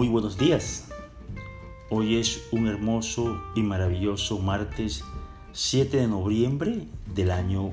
Muy buenos días. Hoy es un hermoso y maravilloso martes 7 de noviembre del año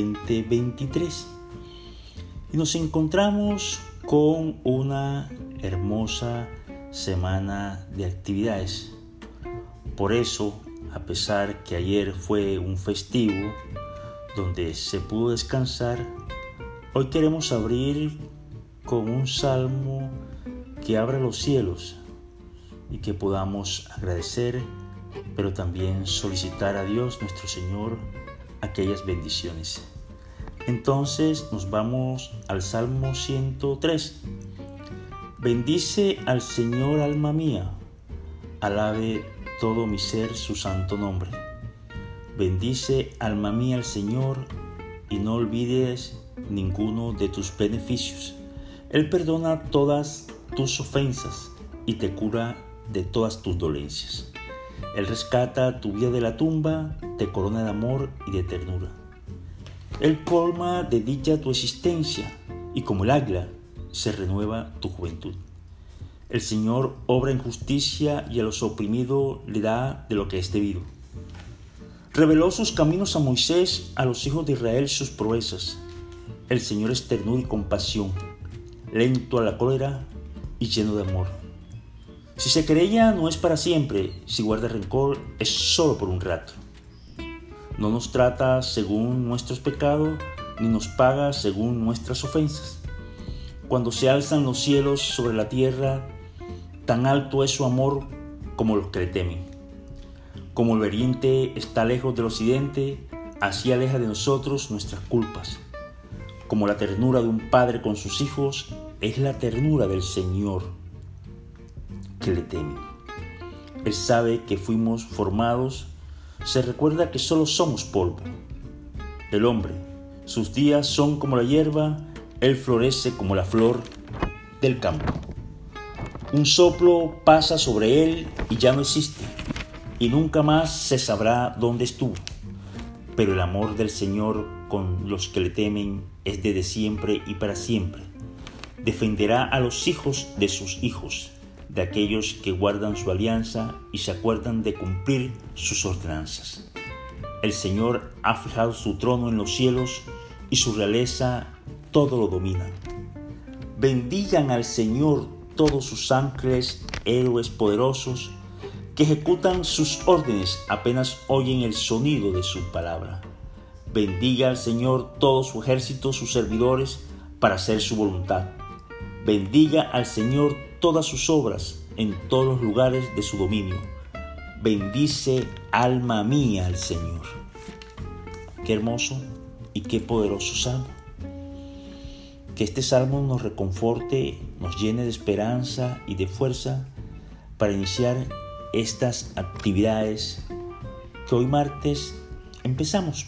2023 y nos encontramos con una hermosa semana de actividades. Por eso, a pesar que ayer fue un festivo donde se pudo descansar, hoy queremos abrir con un salmo que abra los cielos y que podamos agradecer, pero también solicitar a Dios nuestro Señor aquellas bendiciones. Entonces nos vamos al Salmo 103. Bendice al Señor, alma mía, alabe todo mi ser su santo nombre. Bendice, alma mía, al Señor, y no olvides ninguno de tus beneficios. Él perdona todas tus ofensas y te cura de todas tus dolencias. Él rescata tu vida de la tumba, te corona de amor y de ternura. Él colma de dicha tu existencia y como el águila se renueva tu juventud. El Señor obra en justicia y a los oprimidos le da de lo que es debido. Reveló sus caminos a Moisés, a los hijos de Israel sus proezas. El Señor es ternura y compasión, lento a la cólera y lleno de amor. Si se querella, no es para siempre; si guarda rencor, es solo por un rato. No nos trata según nuestros pecados, ni nos paga según nuestras ofensas. Cuando se alzan los cielos sobre la tierra, tan alto es su amor como los que le temen. Como el oriente está lejos del occidente, así aleja de nosotros nuestras culpas. Como la ternura de un padre con sus hijos, es la ternura del Señor que le teme. Él sabe que fuimos formados, se recuerda que solo somos polvo. El hombre, sus días son como la hierba, él florece como la flor del campo. Un soplo pasa sobre él y ya no existe, y nunca más se sabrá dónde estuvo. Pero el amor del Señor con los que le temen es desde siempre y para siempre. Defenderá a los hijos de sus hijos, de aquellos que guardan su alianza y se acuerdan de cumplir sus ordenanzas. El Señor ha fijado su trono en los cielos y su realeza todo lo domina. Bendigan al Señor todos sus ángeles, héroes poderosos, que ejecutan sus órdenes apenas oyen el sonido de su palabra. Bendiga al Señor todo su ejército, sus servidores, para hacer su voluntad. Bendiga al Señor todas sus obras en todos los lugares de su dominio. Bendice, alma mía, al Señor. Qué hermoso y qué poderoso salmo. Que este salmo nos reconforte, nos llene de esperanza y de fuerza para iniciar estas actividades que hoy martes empezamos.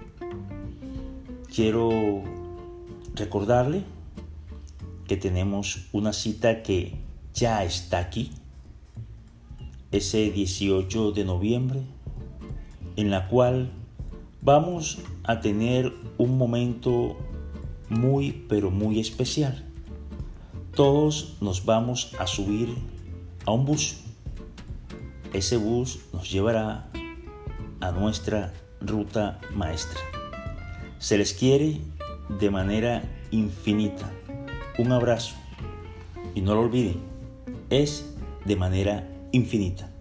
Quiero recordarle que tenemos una cita que ya está aquí, ese 18 de noviembre, en la cual vamos a tener un momento muy, pero muy especial. Todos nos vamos a subir a un bus. Ese bus nos llevará a nuestra ruta maestra. Se les quiere de manera infinita. Un abrazo. Y no lo olviden, es de manera infinita.